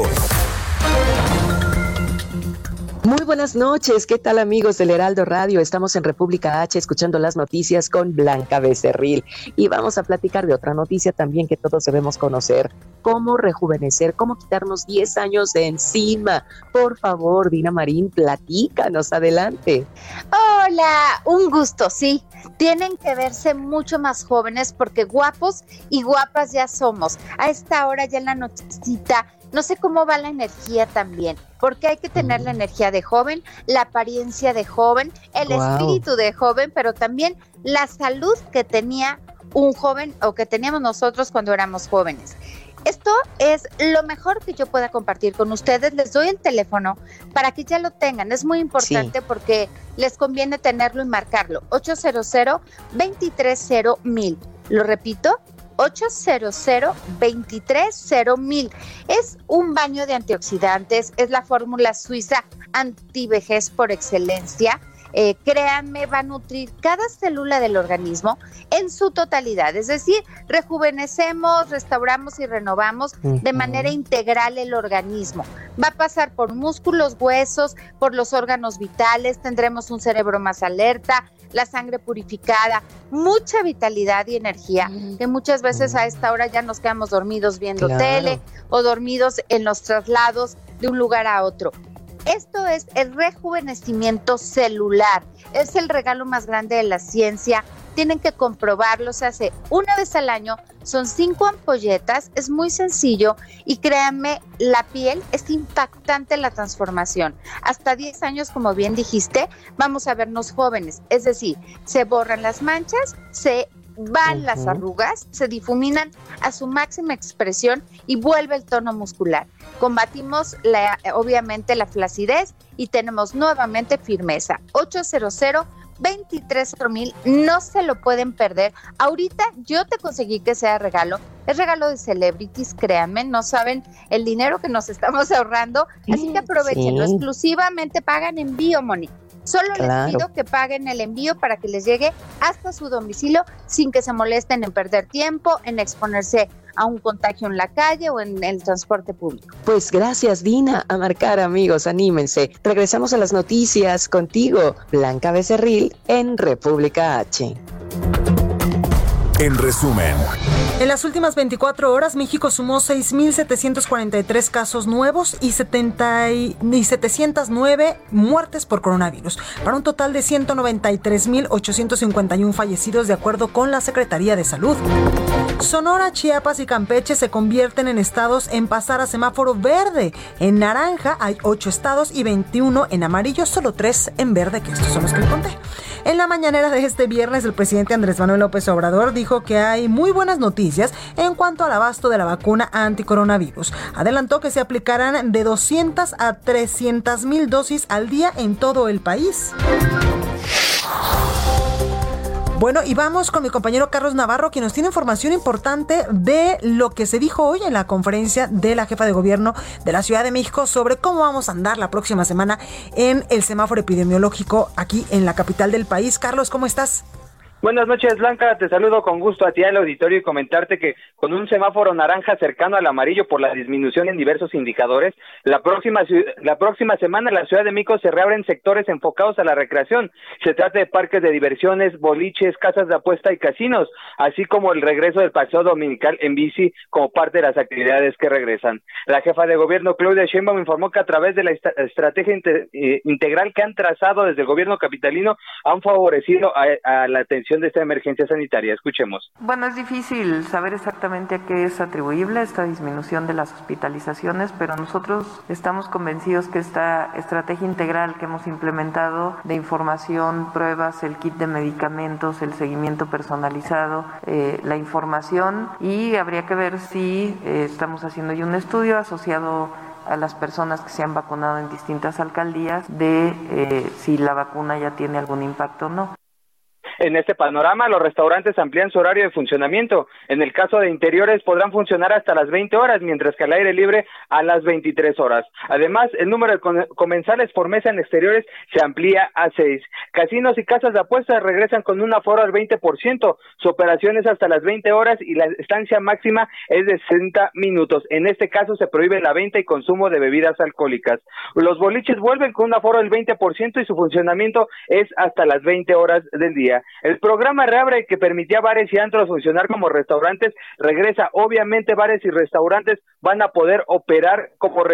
Muy buenas noches, ¿qué tal amigos del Heraldo Radio? Estamos en República H escuchando las noticias con Blanca Becerril y vamos a platicar de otra noticia también que todos debemos conocer: cómo rejuvenecer, cómo quitarnos 10 años de encima. Por favor, Dina Marín, platícanos, adelante. Hola, un gusto, sí. Tienen que verse mucho más jóvenes porque guapos y guapas ya somos. A esta hora ya en la nochecita, no sé cómo va la energía también, porque hay que tener la energía de joven, la apariencia de joven, el espíritu de joven, pero también la salud que tenía un joven o que teníamos nosotros cuando éramos jóvenes. Esto es lo mejor que yo pueda compartir con ustedes. Les doy el teléfono para que ya lo tengan. Es muy importante porque les conviene tenerlo y marcarlo. 800-230-1000. Lo repito, 800-230-1000. Es un baño de antioxidantes, es la fórmula suiza antivejez por excelencia. Créanme, va a nutrir cada célula del organismo en su totalidad, es decir, rejuvenecemos, restauramos y renovamos de manera integral el organismo. Va a pasar por músculos, huesos, por los órganos vitales, tendremos un cerebro más alerta, la sangre purificada, mucha vitalidad y energía, que muchas veces a esta hora ya nos quedamos dormidos viendo tele o dormidos en los traslados de un lugar a otro. Esto es el rejuvenecimiento celular, es el regalo más grande de la ciencia. Tienen que comprobarlo, se hace una vez al año, son 5 ampolletas, es muy sencillo y créanme, la piel es impactante la transformación. Hasta 10 años, como bien dijiste, vamos a vernos jóvenes, es decir, se borran las manchas, se van las arrugas, se difuminan a su máxima expresión y vuelve el tono muscular. Combatimos obviamente la flacidez y tenemos nuevamente firmeza. 800-230-1000, no se lo pueden perder. Ahorita yo te conseguí que sea regalo, es regalo de celebrities, créanme, no saben el dinero que nos estamos ahorrando, así que aprovechenlo, exclusivamente pagan envío, Moni. Solo les pido que paguen el envío para que les llegue hasta su domicilio sin que se molesten en perder tiempo, en exponerse a un contagio en la calle o en el transporte público. Pues gracias, Dina. A marcar, amigos, anímense. Regresamos a las noticias contigo, Blanca Becerril, en República H. En resumen, en las últimas 24 horas, México sumó 6,743 casos nuevos y 709 muertes por coronavirus, para un total de 193,851 fallecidos, de acuerdo con la Secretaría de Salud. Sonora, Chiapas y Campeche se convierten en estados en pasar a semáforo verde. En naranja hay 8 estados y 21 en amarillo, solo 3 en verde, que estos son los que le conté. En la mañanera de este viernes, el presidente Andrés Manuel López Obrador dijo que hay muy buenas noticias en cuanto al abasto de la vacuna anticoronavirus. Adelantó que se aplicarán de 200 a 300 mil dosis al día en todo el país. Bueno, y vamos con mi compañero Carlos Navarro, quien nos tiene información importante de lo que se dijo hoy en la conferencia de la jefa de gobierno de la Ciudad de México sobre cómo vamos a andar la próxima semana en el semáforo epidemiológico aquí en la capital del país. Carlos, ¿cómo estás? Buenas noches, Blanca, te saludo con gusto a ti al auditorio y comentarte que con un semáforo naranja cercano al amarillo por la disminución en diversos indicadores, la próxima semana en la Ciudad de México se reabren sectores enfocados a la recreación. Se trata de parques de diversiones, boliches, casas de apuesta y casinos, así como el regreso del paseo dominical en bici como parte de las actividades que regresan. La jefa de gobierno, Claudia Sheinbaum, informó que a través de la estrategia integral que han trazado desde el gobierno capitalino han favorecido a la atención de esta emergencia sanitaria. Escuchemos. Bueno, es difícil saber exactamente a qué es atribuible esta disminución de las hospitalizaciones, pero nosotros estamos convencidos que esta estrategia integral que hemos implementado de información, pruebas, el kit de medicamentos, el seguimiento personalizado, la información, y habría que ver si estamos haciendo ya un estudio asociado a las personas que se han vacunado en distintas alcaldías de si la vacuna ya tiene algún impacto o no. En este panorama, los restaurantes amplían su horario de funcionamiento. En el caso de interiores, podrán funcionar hasta las 20 horas, mientras que al aire libre a las 23 horas. Además, el número de comensales por mesa en exteriores se amplía a 6. Casinos y casas de apuestas regresan con un aforo al 20%. Su operación es hasta las 20 horas y la estancia máxima es de 60 minutos. En este caso, se prohíbe la venta y consumo de bebidas alcohólicas. Los boliches vuelven con un aforo del 20% y su funcionamiento es hasta las 20 horas del día. El programa Reabre, que permitía bares y antros funcionar como restaurantes, regresa. Obviamente bares y restaurantes van a poder operar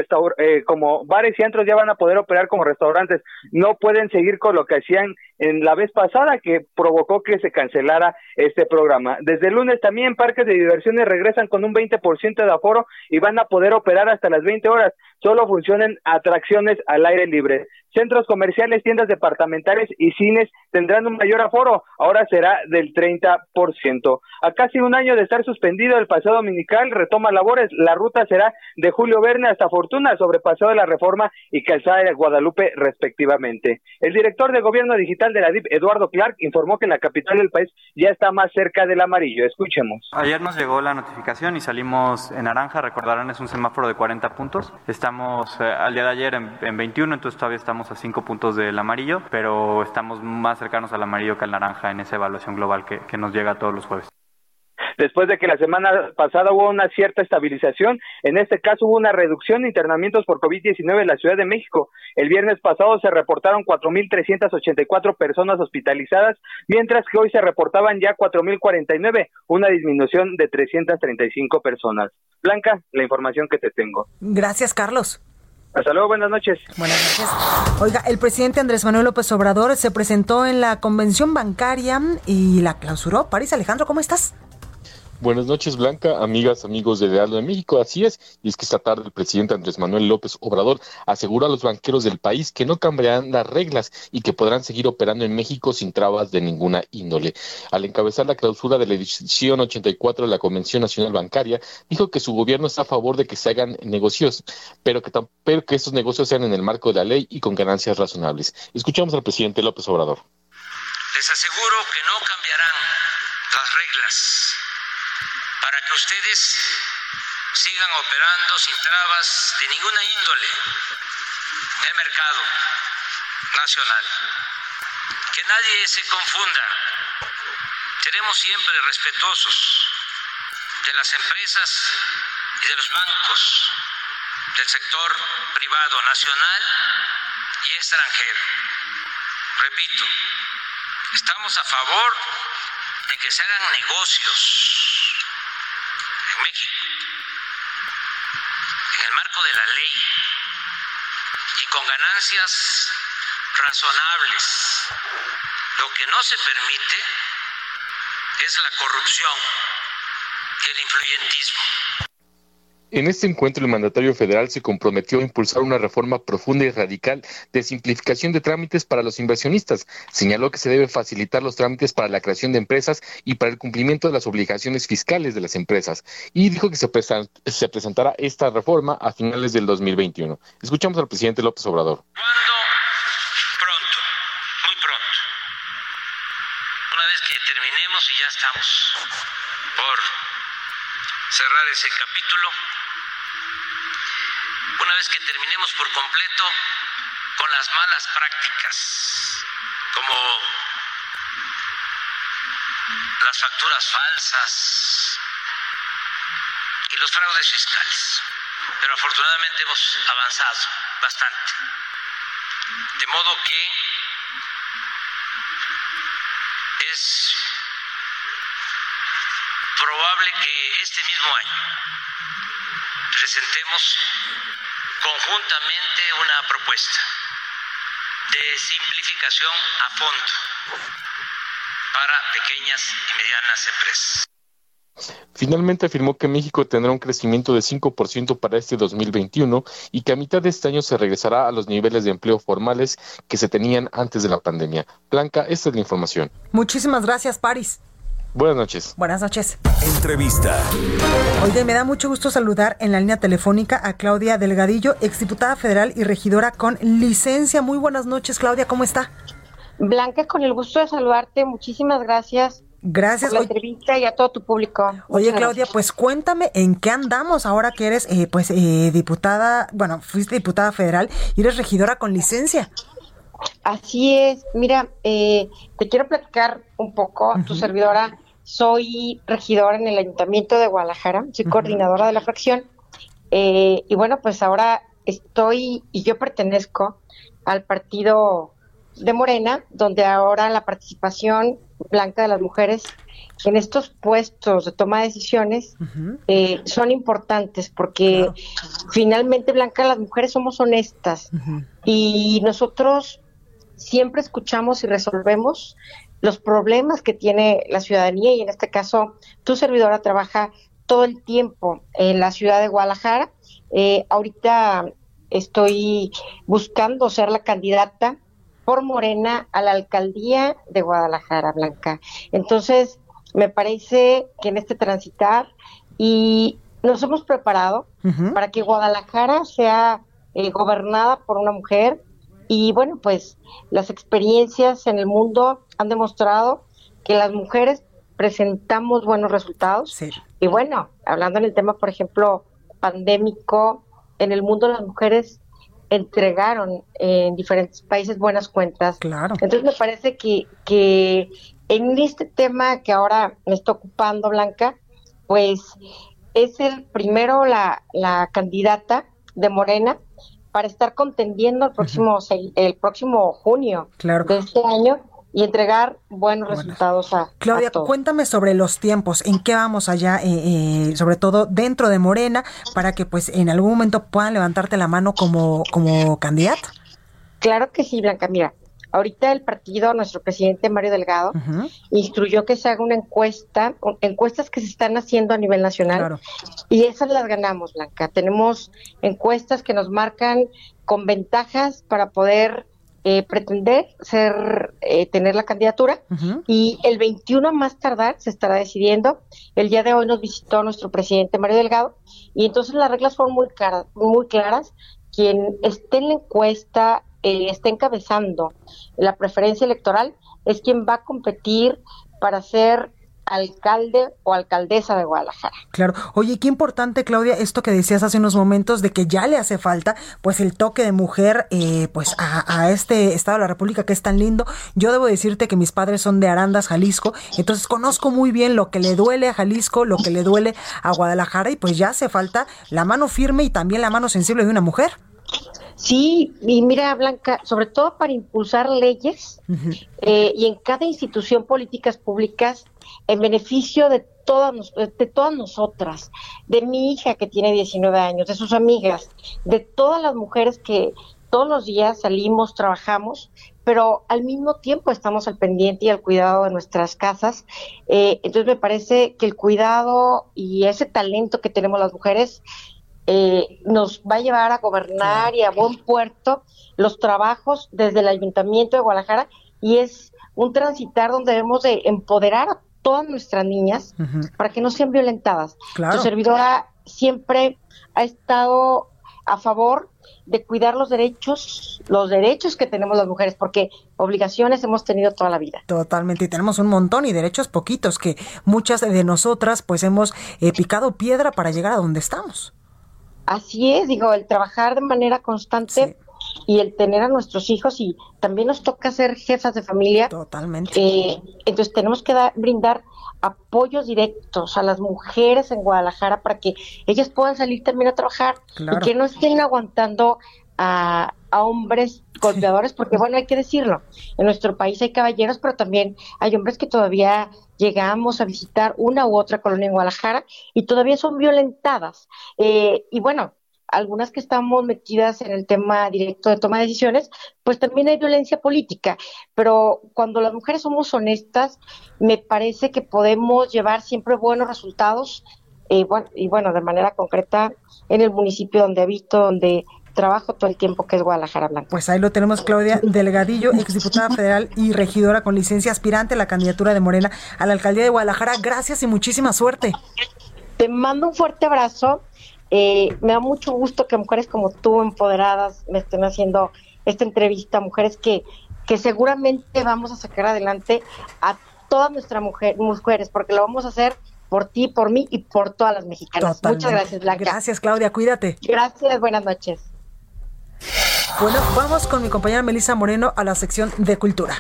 como bares y antros ya van a poder operar como restaurantes. No pueden seguir con lo que hacían en la vez pasada, que provocó que se cancelara este programa. Desde el lunes también parques de diversiones regresan con un 20% de aforo y van a poder operar hasta las 20 horas. Solo funcionan atracciones al aire libre. Centros comerciales, tiendas departamentales y cines tendrán un mayor aforo, ahora será del 30%. A casi un año de estar suspendido, el paseo dominical retoma labores. La ruta será de Julio Verne hasta Fortuna, sobre Paseo de la Reforma y Calzada de Guadalupe, respectivamente. El director de Gobierno Digital de la DIF, Eduardo Clark, informó que la capital del país ya está más cerca del amarillo. Escuchemos. Ayer nos llegó la notificación y salimos en naranja. Recordarán, es un semáforo de 40 puntos. Estamos al día de ayer en 21, entonces todavía estamos a 5 puntos del amarillo, pero estamos más cercanos al amarillo que al naranja en esa evaluación global que nos llega todos los jueves. Después de que la semana pasada hubo una cierta estabilización, en este caso hubo una reducción de internamientos por COVID-19 en la Ciudad de México. El viernes pasado se reportaron 4,384 personas hospitalizadas, mientras que hoy se reportaban ya 4,049, una disminución de 335 personas. Blanca, la información que te tengo. Gracias, Carlos. Hasta luego, buenas noches. Buenas noches. Oiga, el presidente Andrés Manuel López Obrador se presentó en la convención bancaria y la clausuró. París, Alejandro, ¿cómo estás? Buenas noches, Blanca, amigas, amigos del Heraldo de México. Así es, y es que esta tarde el presidente Andrés Manuel López Obrador aseguró a los banqueros del país que no cambiarán las reglas y que podrán seguir operando en México sin trabas de ninguna índole. Al encabezar la clausura de la edición 84 de la Convención Nacional Bancaria, dijo que su gobierno está a favor de que se hagan negocios, pero que estos negocios sean en el marco de la ley y con ganancias razonables. Escuchamos al presidente López Obrador. Les aseguro que no cambiarán las reglas para que ustedes sigan operando sin trabas de ninguna índole en el mercado nacional. Que nadie se confunda. Seremos siempre respetuosos de las empresas y de los bancos del sector privado nacional y extranjero. Repito, estamos a favor de que se hagan negocios en México, en el marco de la ley y con ganancias razonables. Lo que no se permite es la corrupción y el influyentismo. En este encuentro, el mandatario federal se comprometió a impulsar una reforma profunda y radical de simplificación de trámites para los inversionistas. Señaló que se debe facilitar los trámites para la creación de empresas y para el cumplimiento de las obligaciones fiscales de las empresas. Y dijo que se presentará esta reforma a finales del 2021. Escuchamos al presidente López Obrador. Pronto, muy pronto. Una vez que terminemos y ya estamos por cerrar ese capítulo, una vez que terminemos por completo con las malas prácticas, como las facturas falsas y los fraudes fiscales. Pero afortunadamente hemos avanzado bastante. De modo que es probable que este mismo año presentemos conjuntamente una propuesta de simplificación a fondo para pequeñas y medianas empresas. Finalmente afirmó que México tendrá un crecimiento de 5% para este 2021 y que a mitad de este año se regresará a los niveles de empleo formales que se tenían antes de la pandemia. Blanca, esta es la información. Muchísimas gracias, Paris. Buenas noches. Buenas noches. Entrevista. Oye, me da mucho gusto saludar en la línea telefónica a Claudia Delgadillo, exdiputada federal y regidora con licencia. Muy buenas noches, Claudia, ¿cómo está? Blanca, con el gusto de saludarte. Muchísimas gracias. Gracias por la entrevista y a todo tu público. Oye, Muchas Claudia, gracias. pues cuéntame en qué andamos ahora que eres diputada, bueno, fuiste diputada federal y eres regidora con licencia. Así es. Mira, te quiero platicar un poco. Tu servidora, soy regidora en el Ayuntamiento de Guadalajara, soy coordinadora de la fracción. Y bueno, pues ahora yo pertenezco al partido de Morena, donde ahora la participación blanca de las mujeres en estos puestos de toma de decisiones son importantes porque finalmente, Blanca, las mujeres somos honestas y nosotros siempre escuchamos y resolvemos los problemas que tiene la ciudadanía y en este caso tu servidora trabaja todo el tiempo en la ciudad de Guadalajara. Ahorita estoy buscando ser la candidata por Morena a la alcaldía de Guadalajara, Blanca. Entonces, me parece que en este transitar y nos hemos preparado para que Guadalajara sea gobernada por una mujer y bueno, pues las experiencias en el mundo han demostrado que las mujeres presentamos buenos resultados. Sí. Y bueno, hablando en el tema, por ejemplo, pandémico, en el mundo las mujeres entregaron en diferentes países buenas cuentas. Claro. Entonces me parece que en este tema que ahora me está ocupando, Blanca, pues es el primero la candidata de Morena para estar contendiendo el próximo junio de este año y entregar buenos resultados a Claudia, a todos. Cuéntame sobre los tiempos, en qué vamos allá, sobre todo dentro de Morena, para que pues en algún momento puedan levantarte la mano como candidata. Claro que sí, Blanca. Mira, ahorita el partido, nuestro presidente Mario Delgado, instruyó que se haga una encuestas que se están haciendo a nivel nacional, y esas las ganamos, Blanca. Tenemos encuestas que nos marcan con ventajas para poder pretender tener la candidatura, y el 21 a más tardar se estará decidiendo. El día de hoy nos visitó nuestro presidente Mario Delgado, y entonces las reglas fueron muy claras. Quien esté en la encuesta, esté encabezando la preferencia electoral, es quien va a competir para ser alcalde o alcaldesa de Guadalajara. Claro. Oye, qué importante, Claudia, esto que decías hace unos momentos de que ya le hace falta pues el toque de mujer pues a este estado de la República que es tan lindo. Yo debo decirte que mis padres son de Arandas, Jalisco, entonces conozco muy bien lo que le duele a Jalisco, lo que le duele a Guadalajara, y pues ya hace falta la mano firme y también la mano sensible de una mujer. Sí, y mira, Blanca, sobre todo para impulsar leyes y en cada institución políticas públicas en beneficio de todas nosotras, de mi hija que tiene 19 años, de sus amigas, de todas las mujeres que todos los días salimos, trabajamos, pero al mismo tiempo estamos al pendiente y al cuidado de nuestras casas. Entonces me parece que el cuidado y ese talento que tenemos las mujeres nos va a llevar a gobernar y a buen puerto los trabajos desde el Ayuntamiento de Guadalajara, y es un transitar donde debemos de empoderar a todas nuestras niñas para que no sean violentadas. Claro. Tu servidora siempre ha estado a favor de cuidar los derechos que tenemos las mujeres, porque obligaciones hemos tenido toda la vida. Totalmente, y tenemos un montón, y derechos poquitos, que muchas de nosotras pues hemos picado piedra para llegar a donde estamos. Así es, digo, el trabajar de manera constante y el tener a nuestros hijos, y también nos toca ser jefas de familia. Totalmente. Entonces tenemos que brindar apoyos directos a las mujeres en Guadalajara para que ellas puedan salir también a trabajar, y que no estén aguantando a hombres golpeadores, porque bueno, hay que decirlo, en nuestro país hay caballeros, pero también hay hombres que todavía llegamos a visitar una u otra colonia en Guadalajara y todavía son violentadas. Y bueno, algunas que estamos metidas en el tema directo de toma de decisiones, pues también hay violencia política, pero cuando las mujeres somos honestas, me parece que podemos llevar siempre buenos resultados, y bueno, de manera concreta en el municipio donde habito, donde trabajo todo el tiempo, que es Guadalajara Blanca. Pues ahí lo tenemos, Claudia Delgadillo, exdiputada federal y regidora con licencia, aspirante a la candidatura de Morena a la alcaldía de Guadalajara. Gracias y muchísima suerte. Te mando un fuerte abrazo. Me da mucho gusto que mujeres como tú, empoderadas, me estén haciendo esta entrevista, mujeres que seguramente vamos a sacar adelante a todas nuestras mujeres, porque lo vamos a hacer por ti, por mí y por todas las mexicanas. Totalmente. Muchas gracias, Blanca. Gracias, Claudia, cuídate. Gracias, buenas noches. Bueno, vamos con mi compañera Melissa Moreno a la sección de Cultura.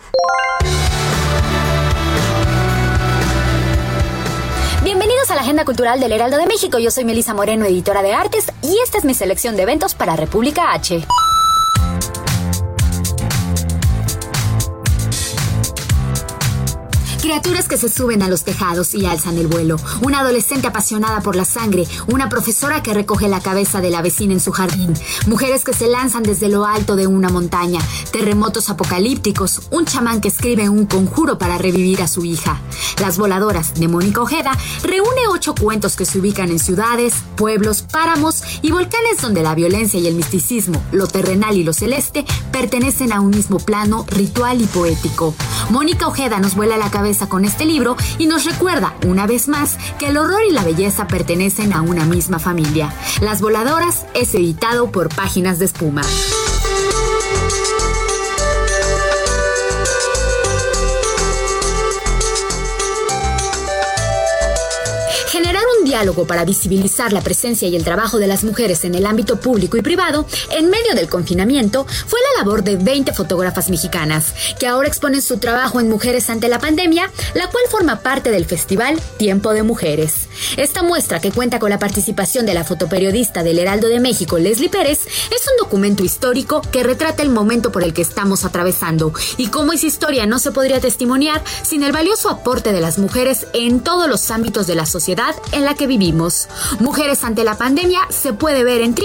Bienvenidos a la Agenda Cultural del Heraldo de México. Yo soy Melissa Moreno, editora de artes, y esta es mi selección de eventos para República H. Criaturas que se suben a los tejados y alzan el vuelo. Una adolescente apasionada por la sangre. Una profesora que recoge la cabeza de la vecina en su jardín. Mujeres que se lanzan desde lo alto de una montaña. Terremotos apocalípticos. Un chamán que escribe un conjuro para revivir a su hija. Las voladoras, de Mónica Ojeda, reúne 8 cuentos que se ubican en ciudades, pueblos, páramos y volcanes donde la violencia y el misticismo, lo terrenal y lo celeste, pertenecen a un mismo plano ritual y poético. Mónica Ojeda nos vuela la cabeza con este libro y nos recuerda, una vez más, que el horror y la belleza pertenecen a una misma familia. Las voladoras es editado por Páginas de Espuma. Generar un diálogo para visibilizar la presencia y el trabajo de las mujeres en el ámbito público y privado en medio del confinamiento fue la labor de 20 fotógrafas mexicanas, que ahora exponen su trabajo en Mujeres ante la Pandemia, la cual forma parte del festival Tiempo de Mujeres. Esta muestra, que cuenta con la participación de la fotoperiodista del Heraldo de México, Leslie Pérez, es un documento histórico que retrata el momento por el que estamos atravesando y cómo esa historia no se podría testimoniar sin el valioso aporte de las mujeres en todos los ámbitos de la sociedad en la que vivimos. Mujeres ante la Pandemia se puede ver en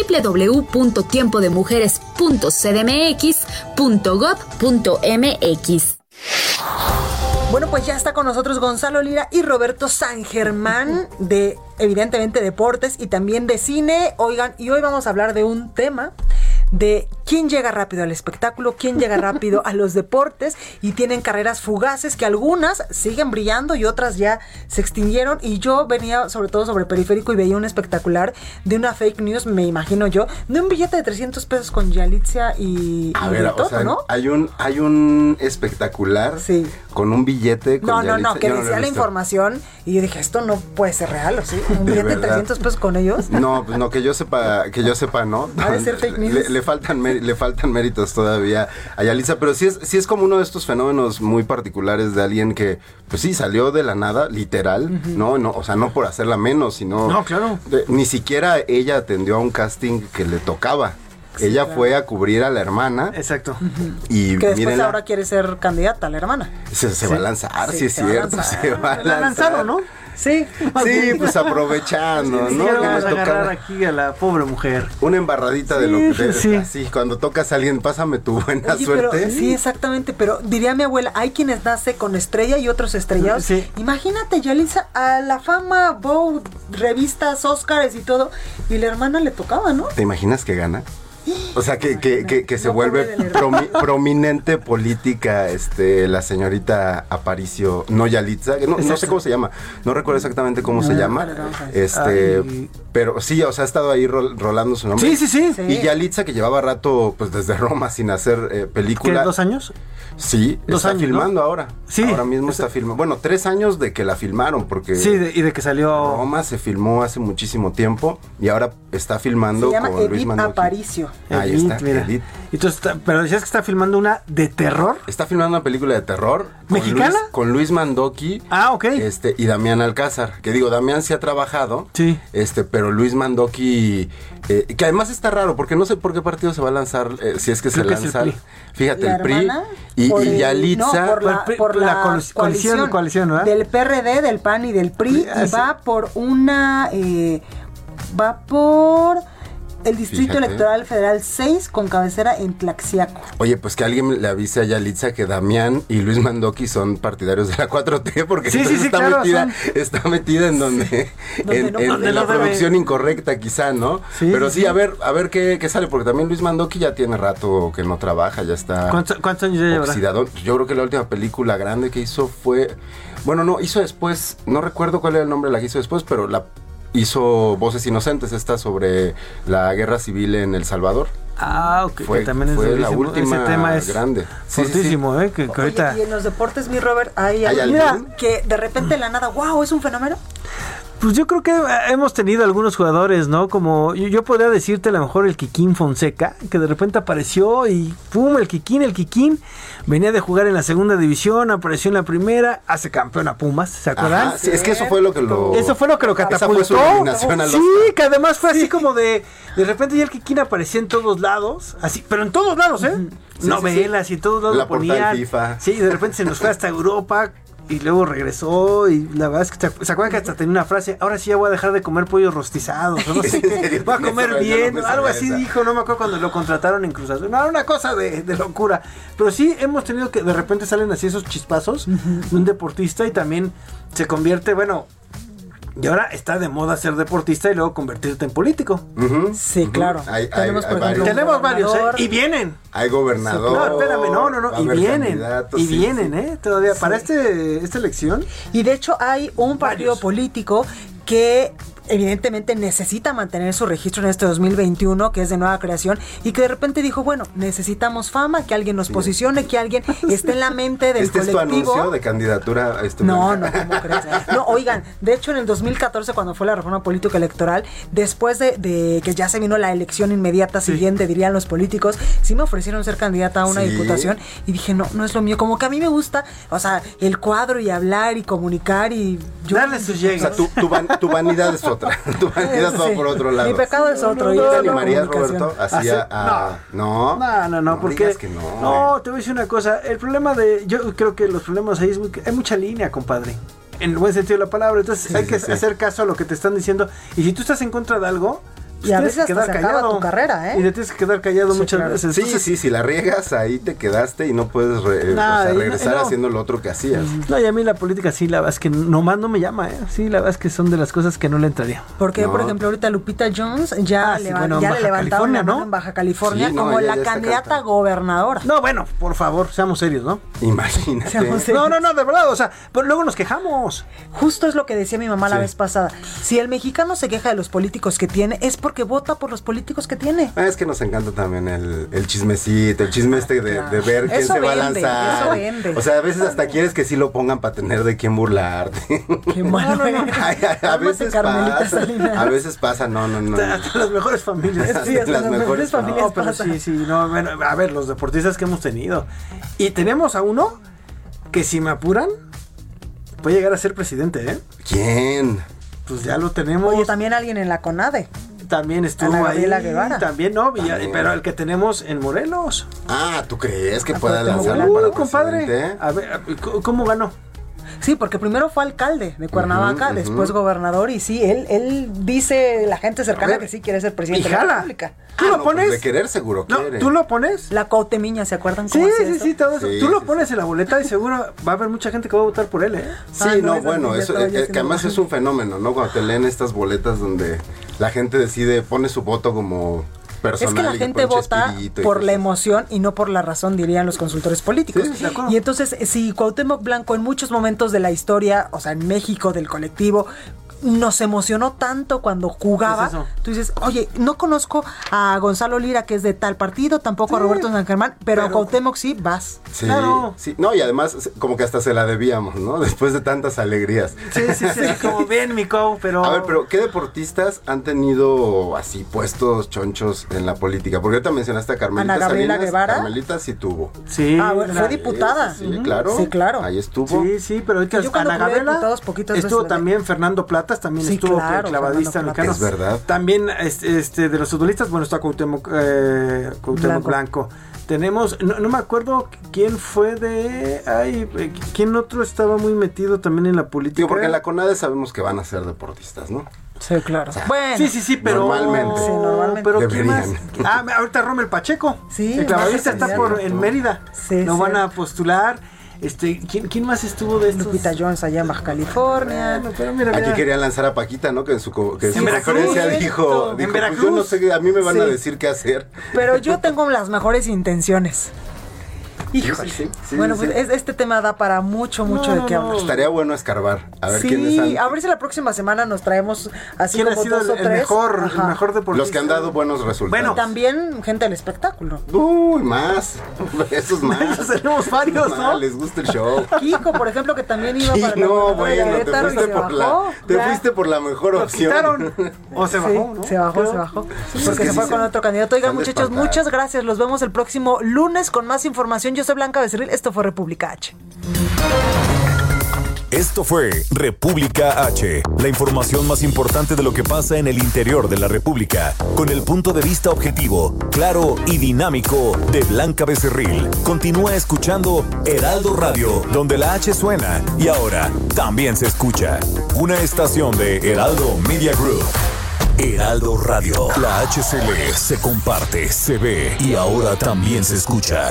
www.tiempodemujeres.cdmx.gov.mx. Bueno, pues ya está con nosotros Gonzalo Lira y Roberto San Germán, de evidentemente deportes y también de cine. Oigan, y hoy vamos a hablar de un tema de quién llega rápido al espectáculo, quién llega rápido a los deportes, y tienen carreras fugaces que algunas siguen brillando y otras ya se extinguieron. Y yo venía sobre todo sobre Periférico y veía un espectacular de una fake news, me imagino yo, de un billete de 300 pesos con Yalitza y todo, o sea, ¿no? Hay un espectacular con un billete con Yalitza. No, que decía la información y yo dije, esto no puede ser real, ¿o sí? ¿Un billete de 300 pesos con ellos? No, pues no, que yo sepa, no. Ha de ser fake news. Le faltan méritos todavía a Yalitza, pero sí es como uno de estos fenómenos muy particulares de alguien que, pues sí, salió de la nada, literal, no, o sea, no por hacerla menos, sino... No, claro. Ni siquiera ella atendió a un casting que le tocaba. Sí, ella fue a cubrir a la hermana. Exacto. Y que después ahora quiere ser candidata a la hermana. Se va a lanzar, sí es cierto. Se va a lanzar. La ha lanzado, ¿no? Sí. Sí, pues aprovechando, ¿no? Que Que vamos me a agarrar toca aquí a la pobre mujer. una embarradita de lo que Sí. así, cuando tocas a alguien, pásame tu buena Oye, suerte. pero, sí, exactamente, pero diría mi abuela, hay quienes nacen con estrella y otros estrellados. Sí. Imagínate, Yalitza, a la fama, Vogue, revistas, Óscares y todo, y la hermana le tocaba, ¿no? ¿Te imaginas que gana? O sea, que se No vuelve puede leer. prominente política, la señorita Aparicio, no Yalitza, no sé cómo se llama, no recuerdo exactamente cómo se llama, pero sí, o sea, ha estado ahí rolando su nombre. Sí. Y Yalitza, que llevaba rato, pues desde Roma sin hacer película. ¿Qué, 2 años? Sí, 2 está años, filmando ¿no? ahora. Sí. Ahora mismo está filmando. Bueno, 3 años de que la filmaron, porque Sí, y de que salió... Roma se filmó hace muchísimo tiempo y ahora está filmando Se llama con Luis Edith Mandoki. Aparicio. Ahí Edith, está, mira. Edith. Entonces, pero decías que está filmando una de terror. Está filmando una película de terror. ¿Mexicana? Con Luis Mandoki. Ah, ok. Y Damián Alcázar. Que digo, Damián sí ha trabajado. Sí. Pero Luis Mandoki, que además está raro, porque no sé por qué partido se va a lanzar, si es que Creo se que es el lanza. PRI. Fíjate, La el PRI hermana, y por el- Yalitza. no, por la coalición, ¿verdad? del PRD, del PAN y del PRI, Ah, y sí. va por una... va por el Distrito Fíjate. Electoral Federal 6 con cabecera en Tlaxiaco. Oye, pues que alguien le avise a Yalitza que Damián y Luis Mandoki son partidarios de la 4T, porque Sí, entonces sí, está, claro, está metida en donde, Donde no- en donde la no debe. producción incorrecta quizá, ¿no? Sí, Pero sí, sí, a ver qué sale, porque también Luis Mandoki ya tiene rato que no trabaja, ya está ¿Cuántos años ya llevará? oxidado. Yo creo que la última película grande que hizo fue, bueno, no, hizo después, no recuerdo cuál era el nombre de la que hizo después, pero hizo Voces Inocentes, esta sobre la guerra civil en El Salvador. Ah, ok. Fue, que también es fue la durísimo. última Ese tema es grande. Sí, sí, sí. fortísimo, ¿eh? Que ahorita... Oye, y en los deportes, mi Robert, hay ¿Hay algo algún? que de repente de la nada, wow, es un fenómeno. Pues yo creo que hemos tenido algunos jugadores, ¿no? Como yo podría decirte a lo mejor el Kikín Fonseca, que de repente apareció y ¡pum! El Kikín venía de jugar en la segunda división, apareció en la primera, hace campeón a Pumas, ¿se acuerdan? Ajá, sí, es que eso fue lo que lo... Eso fue lo que lo Esa catapultó. fue su nominación al Sí, Oscar. que además fue así como de repente ya el Kikín aparecía en todos lados, así, pero en todos lados, ¿eh? Sí, Novelas y en todos lados La lo portada ponían. del FIFA. Sí, de repente se nos fue hasta Europa. Y luego regresó y la verdad es que se acuerdan que hasta tenía una frase, ahora sí ya voy a dejar de comer pollos rostizados, o no sé qué, voy a comer bien, No me algo sabía así esa. dijo, no me acuerdo cuando lo contrataron en Cruz Azul, no, una cosa de locura, pero sí hemos tenido que de repente salen así esos chispazos de un deportista y también se convierte, bueno, y ahora está de moda ser deportista y luego convertirte en político. Sí, claro. Tenemos, por ejemplo, varios. Tenemos varios, gobernador. y vienen. Hay gobernador. No, espérame, no, va a y haber vienen, candidatos, y sí, vienen, sí. todavía, Sí. para esta elección. Y de hecho hay un partido Varios. político que evidentemente necesita mantener su registro en este 2021, que es de nueva creación, y que de repente dijo, bueno, necesitamos fama, que alguien nos posicione, que alguien esté en la mente del ¿Este es tu colectivo. anuncio de candidatura? No, ¿cómo crees? No, oigan, de hecho en el 2014 cuando fue la reforma política electoral, después de que ya se vino la elección inmediata siguiente, dirían los políticos, sí me ofrecieron ser candidata a una Sí. diputación y dije, no es lo mío, como que a mí me gusta, o sea, el cuadro y hablar y comunicar y yo... Darle sus O sea, llegas. tu vanidad es otra. Tu vanidad va Sí. por otro lado. Mi pecado es otro. ¿Tú y te es la animarías, comunicación. Roberto? Hacía No. No, porque digas que no. No, te voy a decir una cosa, el problema yo creo que los problemas ahí hay mucha línea, compadre. En el buen sentido de la palabra, entonces hay que hacer caso a lo que te están diciendo y si tú estás en contra de algo, Y a tienes veces que hasta quedar se acaba callado. tu carrera, ¿eh? Y te tienes que quedar callado Sí, muchas claro. veces. Sí, Entonces, si la riegas, ahí te quedaste y no puedes regresar no. haciendo lo otro que hacías. No, y a mí la política sí, la verdad es que nomás no me llama, ¿eh? Sí, la verdad es que son de las cosas que no le entraría. Porque, No. por ejemplo, ahorita Lupita Jones ya, sí, ya bueno, le Baja levantaron California, la mano ¿no? en Baja California Sí, no, como ella la ya está candidata cantando. gobernadora. No, bueno, por favor, seamos serios, ¿no? Imagínate. Seamos serios. No, de verdad, o sea, pero luego nos quejamos. Justo es lo que decía mi mamá la Sí. vez pasada. Si el mexicano se queja de los políticos que tiene, es porque vota por los políticos que tiene. Es que nos encanta también el chismecito, el chisme de ver quién Eso se va a vende, lanzar. eso vende. O sea, a veces hasta quieres que sí lo pongan para tener de quién burlarte. Qué malo. Ay, a Cálmate, veces Carmelita pasa. Salinas. A veces pasa, no. Hasta las mejores familias. Sí, hasta las mejores familias No, pero pasa. sí, no, bueno, a ver, los deportistas que hemos tenido. Y tenemos a uno que si me apuran, puede llegar a ser presidente, ¿eh? ¿Quién? Pues ya lo tenemos. Oye, también alguien en la CONADE. También estuvo Ana ahí. Gabriela Guevara. También, no, pero el que tenemos en Morelos. Ah, ¿tú crees que Ah, pueda pues, lanzarlo para compadre. presidente? A ver, ¿cómo ganó? Sí, porque primero fue alcalde de Cuernavaca, después gobernador, y sí, él dice, la gente cercana, que sí quiere ser presidente de la República. ¿Tú lo pones? Pues de querer seguro quiere. ¿Tú lo pones? La Cuauhtemiña, ¿se acuerdan Sí, cómo hacía eso? todo eso. Tú lo pones en la boleta y seguro va a haber mucha gente que va a votar por él, ¿eh? Sí, bueno, eso que además es un fenómeno, ¿no? Cuando te leen estas boletas donde la gente pone su voto como personal. Es que la gente vota por la emoción y no por la razón, dirían los consultores políticos. Sí, de acuerdo. Y entonces, si Cuauhtémoc Blanco en muchos momentos de la historia, o sea, en México, del colectivo, nos emocionó tanto cuando jugaba. Tú dices, oye, no conozco a Gonzalo Lira, que es de tal partido, tampoco a Roberto San Germán, pero a Cuauhtémoc sí, vas. Sí, sí. No, y además, como que hasta se la debíamos, ¿no? Después de tantas alegrías. Sí, como bien, mi Cou, pero... A ver, pero ¿qué deportistas han tenido así puestos chonchos en la política? Porque ahorita mencionaste a Carmelita Ana Gabriela Salinas. Guevara. Carmelita sí tuvo. Sí. Bueno, fue diputada. Sí, claro. Sí, claro. Ahí estuvo. Sí, pero ahorita Ana Gabriela estuvo también, Fernando Platas también estuvo, claro, clavadista mexicano. Es verdad. También de los futbolistas, bueno, está Cuauhtémoc Blanco. Tenemos, no me acuerdo quién fue quién otro estaba muy metido también en la política. Porque en la CONADE sabemos que van a ser deportistas, ¿no? Sí, claro. O sea, bueno, sí, pero normalmente. Sí, normalmente. Pero ¿quién más? Ahorita Rommel Pacheco. Sí. El clavadista está en Mérida. Sí, Lo van a postular. ¿Quién más estuvo de estos? Lupita Jones allá en Baja California. Pero mira. Aquí querían lanzar a Paquita, ¿no? Que en su conferencia dijo, en Veracruz. Yo no sé, a mí me van a decir qué hacer. Pero yo tengo las mejores intenciones. Híjole. Sí, bueno, pues este tema da para mucho de qué hablar. Estaría bueno escarbar. A ver quiénes han... a ver si la próxima semana nos traemos así ¿Quién como ha sido dos o el tres? mejor deportista? Los que han dado buenos resultados. Bueno, también gente del espectáculo. Uy, más. Esos más. Esos tenemos varios, ¿no? Les gusta el show. Kiko, por ejemplo, que también iba para no, bueno, Querétaro te fuiste por la mejor opción. Quitaron. O se bajó, ¿no? Se bajó. Porque se fue con otro candidato. Oigan, muchachos, muchas gracias. Los vemos el próximo lunes con más información. Yo soy Blanca Becerril. Esto fue República H. Esto fue República H, la información más importante de lo que pasa en el interior de la República, con el punto de vista objetivo, claro y dinámico de Blanca Becerril. Continúa escuchando Heraldo Radio, donde la H suena y ahora también se escucha. Una estación de Heraldo Media Group. Heraldo Radio, la HCL se comparte, se ve y ahora también se escucha.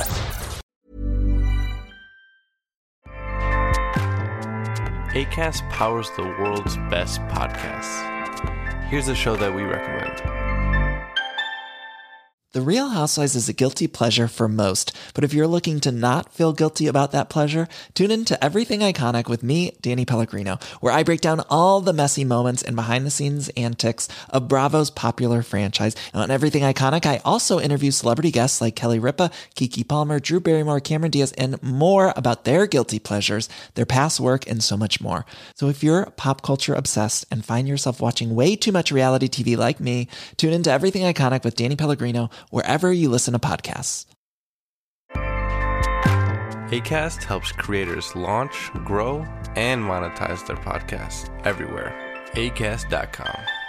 Acast powers the world's best podcasts. Here's a show that we recommend. The Real Housewives is a guilty pleasure for most, but if you're looking to not feel guilty about that pleasure, tune in to Everything Iconic with me, Danny Pellegrino, where I break down all the messy moments and behind-the-scenes antics of Bravo's popular franchise. And on Everything Iconic, I also interview celebrity guests like Kelly Ripa, Keke Palmer, Drew Barrymore, Cameron Diaz, and more about their guilty pleasures, their past work, and so much more. So if you're pop culture obsessed and find yourself watching way too much reality TV like me, tune into Everything Iconic with Danny Pellegrino, wherever you listen to podcasts. Acast helps creators launch, grow, and monetize their podcasts everywhere. Acast.com.